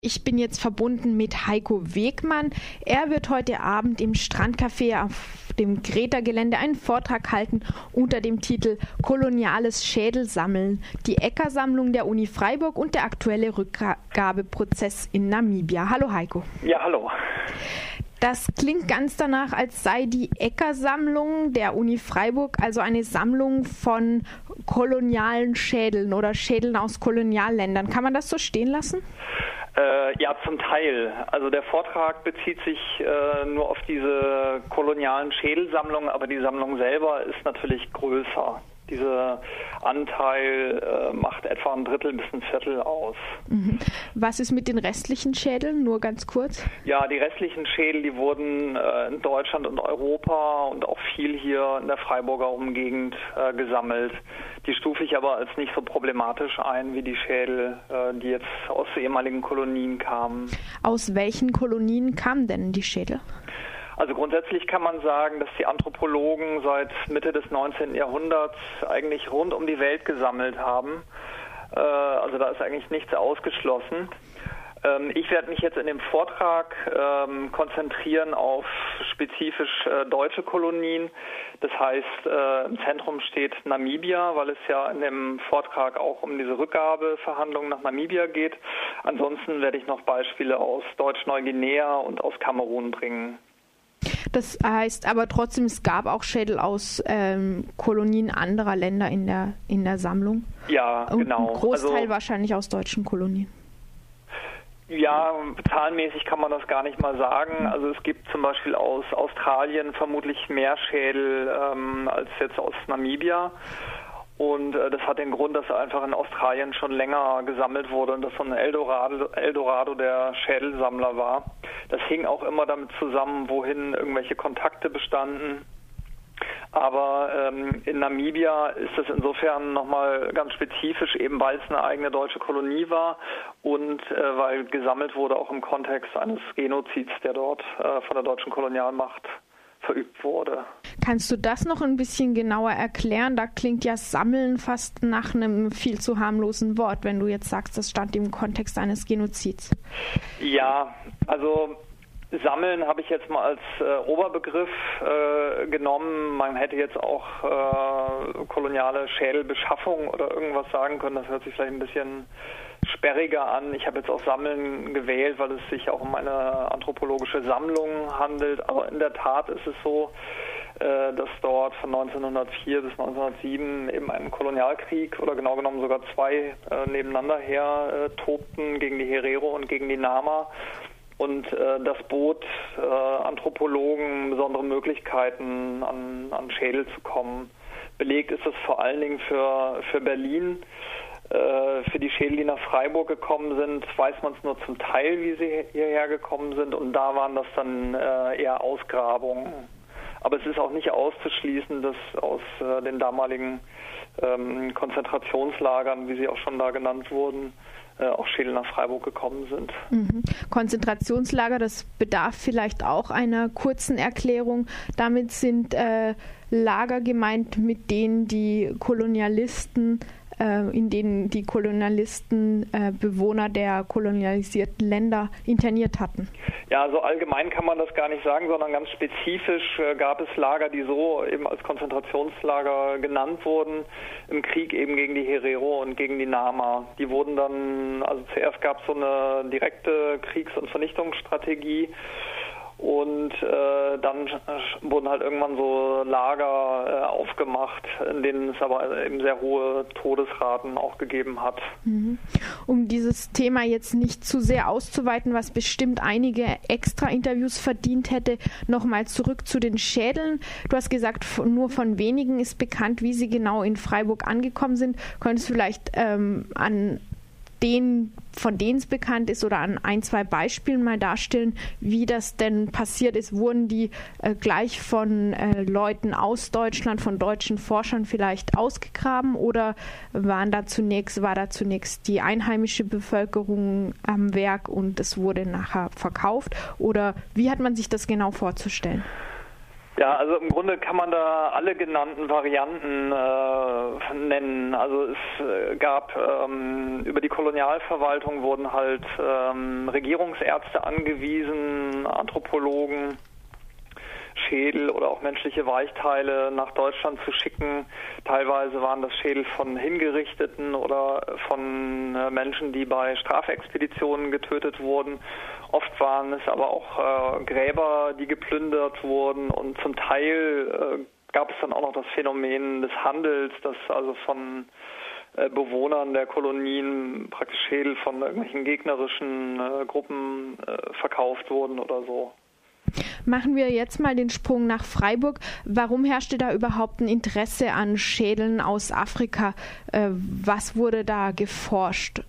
Ich bin jetzt verbunden mit Heiko Wegmann. Er wird heute Abend im Strandcafé auf dem Greta-Gelände einen Vortrag halten unter dem Titel Koloniales Schädelsammeln, die Äcker-Sammlung der Uni Freiburg und der aktuelle Rückgabeprozess in Namibia. Hallo Heiko. Ja, hallo. Das klingt ganz danach, als sei die Äcker-Sammlung der Uni Freiburg also eine Sammlung von kolonialen Schädeln oder Schädeln aus Kolonialländern. Kann man das so stehen lassen? Ja, zum Teil. Also der Vortrag bezieht sich nur auf diese kolonialen Schädelsammlungen, aber die Sammlung selber ist natürlich größer. Dieser Anteil macht etwa ein Drittel bis ein Viertel aus. Was ist mit den restlichen Schädeln? Nur ganz kurz. Ja, die restlichen Schädel, die wurden in Deutschland und Europa und auch viel hier in der Freiburger Umgegend gesammelt. Die stufe ich aber als nicht so problematisch ein wie die Schädel, die jetzt aus ehemaligen Kolonien kamen. Aus welchen Kolonien kamen denn die Schädel? Also grundsätzlich kann man sagen, dass die Anthropologen seit Mitte des 19. Jahrhunderts eigentlich rund um die Welt gesammelt haben. Also da ist eigentlich nichts ausgeschlossen. Ich werde mich jetzt in dem Vortrag konzentrieren auf spezifisch deutsche Kolonien. Das heißt, im Zentrum steht Namibia, weil es ja in dem Vortrag auch um diese Rückgabeverhandlungen nach Namibia geht. Ansonsten werde ich noch Beispiele aus Deutsch-Neuguinea und aus Kamerun bringen. Das heißt aber trotzdem, es gab auch Schädel aus Kolonien anderer Länder in der Sammlung. Ja, genau. Ein Großteil wahrscheinlich aus deutschen Kolonien. Ja, zahlenmäßig kann man das gar nicht mal sagen. Also es gibt zum Beispiel aus Australien vermutlich mehr Schädel als jetzt aus Namibia. Und das hat den Grund, dass einfach in Australien schon länger gesammelt wurde und das so ein Eldorado der Schädelsammler war. Das hing auch immer damit zusammen, wohin irgendwelche Kontakte bestanden. Aber in Namibia ist es insofern nochmal ganz spezifisch, eben weil es eine eigene deutsche Kolonie war und weil gesammelt wurde auch im Kontext eines Genozids, der dort von der deutschen Kolonialmacht verübt wurde. Kannst du das noch ein bisschen genauer erklären? Da klingt ja Sammeln fast nach einem viel zu harmlosen Wort, wenn du jetzt sagst, das stand im Kontext eines Genozids. Ja, also Sammeln habe ich jetzt mal als Oberbegriff genommen. Man hätte jetzt auch koloniale Schädelbeschaffung oder irgendwas sagen können. Das hört sich vielleicht ein bisschen sperriger an. Ich habe jetzt auch Sammeln gewählt, weil es sich auch um eine anthropologische Sammlung handelt. Aber in der Tat ist es so, dass dort von 1904 bis 1907 eben ein Kolonialkrieg oder genau genommen sogar zwei nebeneinander her tobten gegen die Herero und gegen die Nama. Und das bot Anthropologen besondere Möglichkeiten, an Schädel zu kommen. Belegt ist das vor allen Dingen für Berlin. Für die Schädel, die nach Freiburg gekommen sind, weiß man es nur zum Teil, wie sie hierher gekommen sind. Und da waren das dann eher Ausgrabungen. Aber es ist auch nicht auszuschließen, dass aus den damaligen Konzentrationslagern, wie sie auch schon da genannt wurden, auch Schädel nach Freiburg gekommen sind. Konzentrationslager, das bedarf vielleicht auch einer kurzen Erklärung. Damit sind Lager gemeint, mit denen die Kolonialisten Bewohner der kolonialisierten Länder interniert hatten. Ja, so allgemein kann man das gar nicht sagen, sondern ganz spezifisch gab es Lager, die so eben als Konzentrationslager genannt wurden, im Krieg eben gegen die Herero und gegen die Nama. Die wurden dann, also zuerst gab es so eine direkte Kriegs- und Vernichtungsstrategie. Und dann wurden halt irgendwann so Lager aufgemacht, in denen es aber eben sehr hohe Todesraten auch gegeben hat. Um dieses Thema jetzt nicht zu sehr auszuweiten, was bestimmt einige extra Interviews verdient hätte, nochmal zurück zu den Schädeln. Du hast gesagt, nur von wenigen ist bekannt, wie sie genau in Freiburg angekommen sind. Könntest du vielleicht von denen es bekannt ist oder an ein, zwei Beispielen mal darstellen, wie das denn passiert ist? Wurden die gleich von Leuten aus Deutschland, von deutschen Forschern vielleicht ausgegraben oder war da zunächst die einheimische Bevölkerung am Werk und es wurde nachher verkauft? Oder wie hat man sich das genau vorzustellen? Ja, also im Grunde kann man da alle genannten Varianten nennen. Also es gab über die Kolonialverwaltung wurden halt Regierungsärzte angewiesen, Anthropologen, Schädel oder auch menschliche Weichteile nach Deutschland zu schicken. Teilweise waren das Schädel von Hingerichteten oder von Menschen, die bei Strafexpeditionen getötet wurden. Oft waren es aber auch Gräber, die geplündert wurden, und zum Teil gab es dann auch noch das Phänomen des Handels, dass also von Bewohnern der Kolonien praktisch Schädel von irgendwelchen gegnerischen Gruppen verkauft wurden oder so. Machen wir jetzt mal den Sprung nach Freiburg. Warum herrschte da überhaupt ein Interesse an Schädeln aus Afrika? Was wurde da geforscht?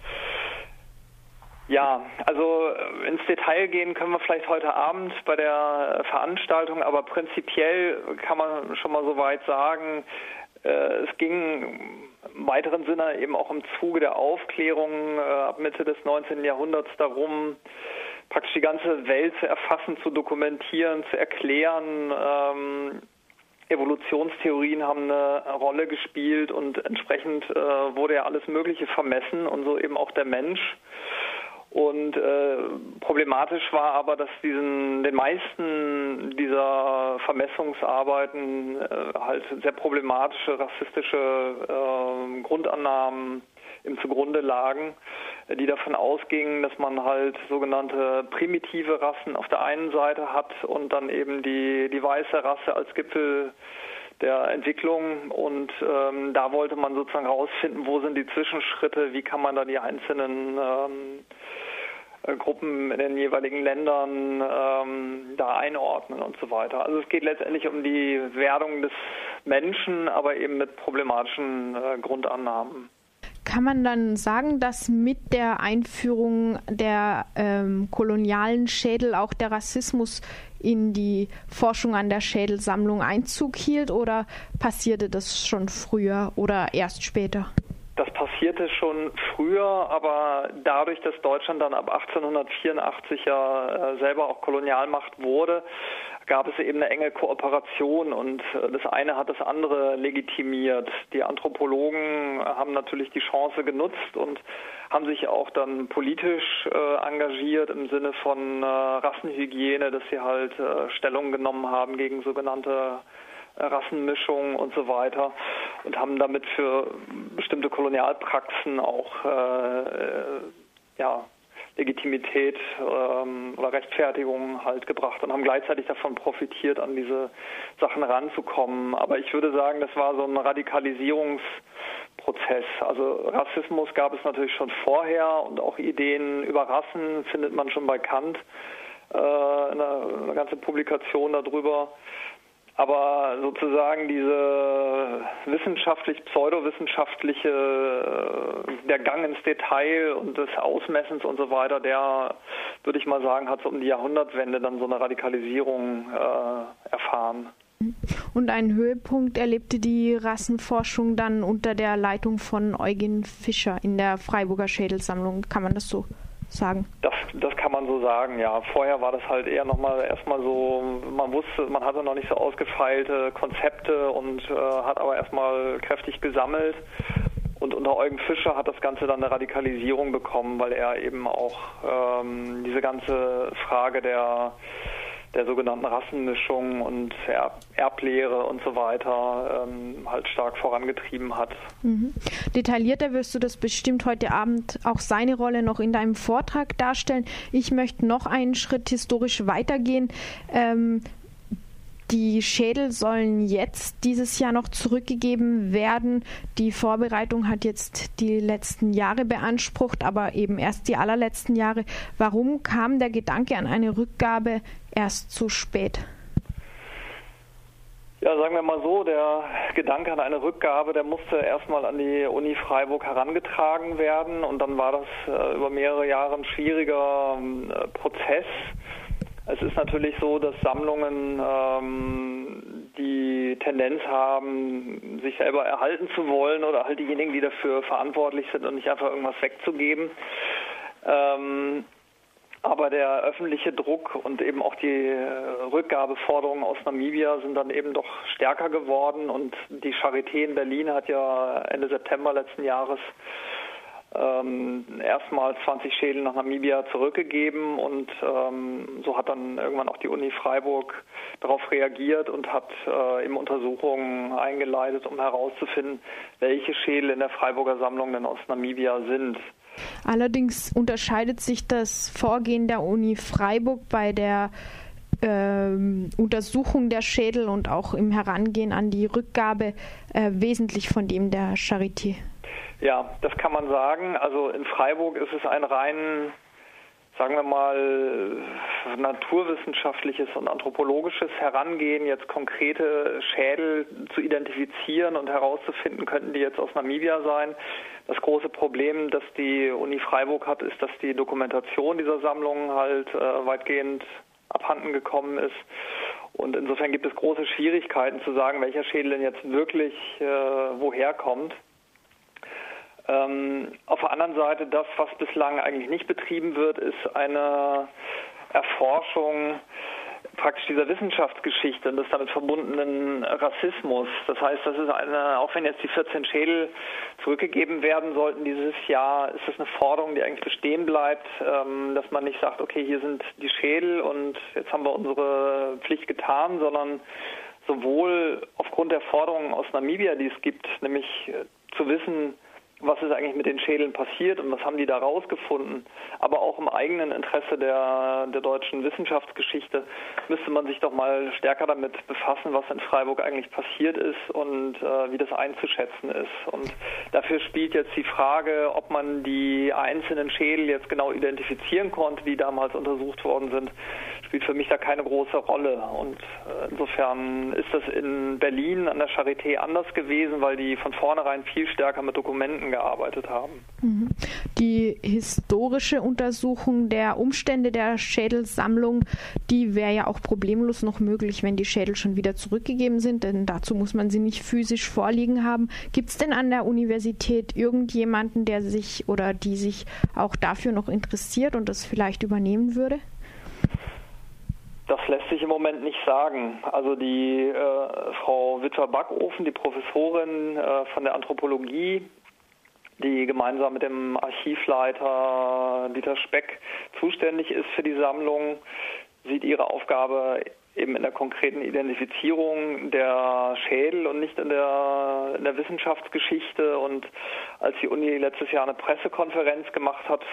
Ja, also ins Detail gehen können wir vielleicht heute Abend bei der Veranstaltung, aber prinzipiell kann man schon mal so weit sagen, es ging im weiteren Sinne eben auch im Zuge der Aufklärung ab Mitte des 19. Jahrhunderts darum, praktisch die ganze Welt zu erfassen, zu dokumentieren, zu erklären. Evolutionstheorien haben eine Rolle gespielt und entsprechend wurde ja alles Mögliche vermessen und so eben auch der Mensch. Und problematisch war aber, dass den meisten dieser Vermessungsarbeiten halt sehr problematische, rassistische Grundannahmen im Zugrunde lagen, die davon ausgingen, dass man halt sogenannte primitive Rassen auf der einen Seite hat und dann eben die weiße Rasse als Gipfel der Entwicklung, und da wollte man sozusagen herausfinden, wo sind die Zwischenschritte, wie kann man da die einzelnen Gruppen in den jeweiligen Ländern da einordnen und so weiter. Also es geht letztendlich um die Werdung des Menschen, aber eben mit problematischen Grundannahmen. Kann man dann sagen, dass mit der Einführung der kolonialen Schädel auch der Rassismus in die Forschung an der Schädelsammlung Einzug hielt, oder passierte das schon früher oder erst später? Das passierte schon früher, aber dadurch, dass Deutschland dann ab 1884 ja selber auch Kolonialmacht wurde, gab es eben eine enge Kooperation, und das eine hat das andere legitimiert. Die Anthropologen haben natürlich die Chance genutzt und haben sich auch dann politisch engagiert im Sinne von Rassenhygiene, dass sie halt Stellung genommen haben gegen sogenannte Rassenmischung und so weiter, und haben damit für bestimmte Kolonialpraxen auch Legitimität oder Rechtfertigung halt gebracht und haben gleichzeitig davon profitiert, an diese Sachen ranzukommen. Aber ich würde sagen, das war so ein Radikalisierungsprozess. Also Rassismus gab es natürlich schon vorher, und auch Ideen über Rassen findet man schon bei Kant, eine ganze Publikation darüber. Aber sozusagen diese pseudowissenschaftliche, der Gang ins Detail und des Ausmessens und so weiter, der, würde ich mal sagen, hat so um die Jahrhundertwende dann so eine Radikalisierung erfahren. Und einen Höhepunkt erlebte die Rassenforschung dann unter der Leitung von Eugen Fischer in der Freiburger Schädelsammlung. Kann man das so sagen? Das kann man so sagen, ja. Vorher war das halt eher erstmal so, man hatte noch nicht so ausgefeilte Konzepte und hat aber erstmal kräftig gesammelt. Und unter Eugen Fischer hat das Ganze dann eine Radikalisierung bekommen, weil er eben auch diese ganze Frage der sogenannten Rassenmischung und Erblehre und so weiter halt stark vorangetrieben hat. Mhm. Detaillierter wirst du das bestimmt heute Abend auch seine Rolle noch in deinem Vortrag darstellen. Ich möchte noch einen Schritt historisch weitergehen. Die Schädel sollen jetzt dieses Jahr noch zurückgegeben werden. Die Vorbereitung hat jetzt die letzten Jahre beansprucht, aber eben erst die allerletzten Jahre. Warum kam der Gedanke an eine Rückgabe erst zu spät? Ja, sagen wir mal so, der Gedanke an eine Rückgabe, der musste erstmal an die Uni Freiburg herangetragen werden, und dann war das über mehrere Jahre ein schwieriger Prozess. Es ist natürlich so, dass Sammlungen die Tendenz haben, sich selber erhalten zu wollen, oder halt diejenigen, die dafür verantwortlich sind, und nicht einfach irgendwas wegzugeben. Aber aber der öffentliche Druck und eben auch die Rückgabeforderungen aus Namibia sind dann eben doch stärker geworden. Und die Charité in Berlin hat ja Ende September letzten Jahres erstmal 20 Schädel nach Namibia zurückgegeben und so hat dann irgendwann auch die Uni Freiburg darauf reagiert und hat eben Untersuchungen eingeleitet, um herauszufinden, welche Schädel in der Freiburger Sammlung denn aus Namibia sind. Allerdings unterscheidet sich das Vorgehen der Uni Freiburg bei der Untersuchung der Schädel und auch im Herangehen an die Rückgabe wesentlich von dem der Charité. Ja, das kann man sagen. Also in Freiburg ist es ein rein, sagen wir mal, naturwissenschaftliches und anthropologisches Herangehen, jetzt konkrete Schädel zu identifizieren und herauszufinden, könnten die jetzt aus Namibia sein. Das große Problem, das die Uni Freiburg hat, ist, dass die Dokumentation dieser Sammlung halt weitgehend abhanden gekommen ist. Und insofern gibt es große Schwierigkeiten zu sagen, welcher Schädel denn jetzt wirklich woher kommt. Auf der anderen Seite, das, was bislang eigentlich nicht betrieben wird, ist eine Erforschung praktisch dieser Wissenschaftsgeschichte und des damit verbundenen Rassismus. Das heißt, das ist auch wenn jetzt die 14 Schädel zurückgegeben werden sollten dieses Jahr, ist das eine Forderung, die eigentlich bestehen bleibt, dass man nicht sagt, okay, hier sind die Schädel und jetzt haben wir unsere Pflicht getan, sondern sowohl aufgrund der Forderungen aus Namibia, die es gibt, nämlich zu wissen, was ist eigentlich mit den Schädeln passiert und was haben die da rausgefunden. Aber auch im eigenen Interesse der deutschen Wissenschaftsgeschichte müsste man sich doch mal stärker damit befassen, was in Freiburg eigentlich passiert ist und wie das einzuschätzen ist. Und dafür spielt jetzt die Frage, ob man die einzelnen Schädel jetzt genau identifizieren konnte, die damals untersucht worden sind, spielt für mich da keine große Rolle. Und insofern ist das in Berlin an der Charité anders gewesen, weil die von vornherein viel stärker mit Dokumenten gearbeitet haben. Die historische Untersuchung der Umstände der Schädelsammlung, die wäre ja auch problemlos noch möglich, wenn die Schädel schon wieder zurückgegeben sind, denn dazu muss man sie nicht physisch vorliegen haben. Gibt es denn an der Universität irgendjemanden, der sich oder die sich auch dafür noch interessiert und das vielleicht übernehmen würde? Das lässt sich im Moment nicht sagen. Also die Frau Witwer-Backofen, die Professorin von der Anthropologie, die gemeinsam mit dem Archivleiter Dieter Speck zuständig ist für die Sammlung, sieht ihre Aufgabe eben in der konkreten Identifizierung der Schädel und nicht in der Wissenschaftsgeschichte. Und als die Uni letztes Jahr eine Pressekonferenz gemacht hat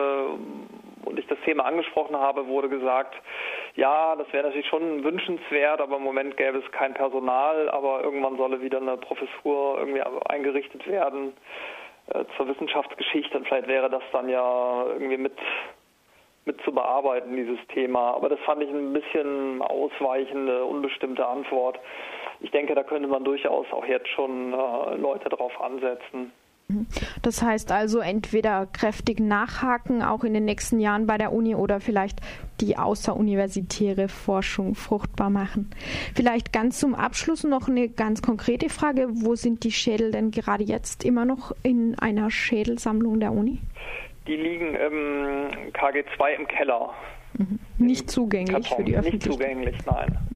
und ich das Thema angesprochen habe, wurde gesagt, ja, das wäre natürlich schon wünschenswert, aber im Moment gäbe es kein Personal, aber irgendwann solle wieder eine Professur irgendwie eingerichtet werden zur Wissenschaftsgeschichte und vielleicht wäre das dann ja irgendwie mit zu bearbeiten, dieses Thema. Aber das fand ich ein bisschen ausweichende, unbestimmte Antwort. Ich denke, da könnte man durchaus auch jetzt schon Leute drauf ansetzen. Das heißt also entweder kräftig nachhaken, auch in den nächsten Jahren bei der Uni, oder vielleicht die außeruniversitäre Forschung fruchtbar machen. Vielleicht ganz zum Abschluss noch eine ganz konkrete Frage. Wo sind die Schädel denn gerade jetzt immer noch in einer Schädelsammlung der Uni? Die liegen im KG2 im Keller. Nicht zugänglich für die Öffentlichkeit? Nicht zugänglich, nein.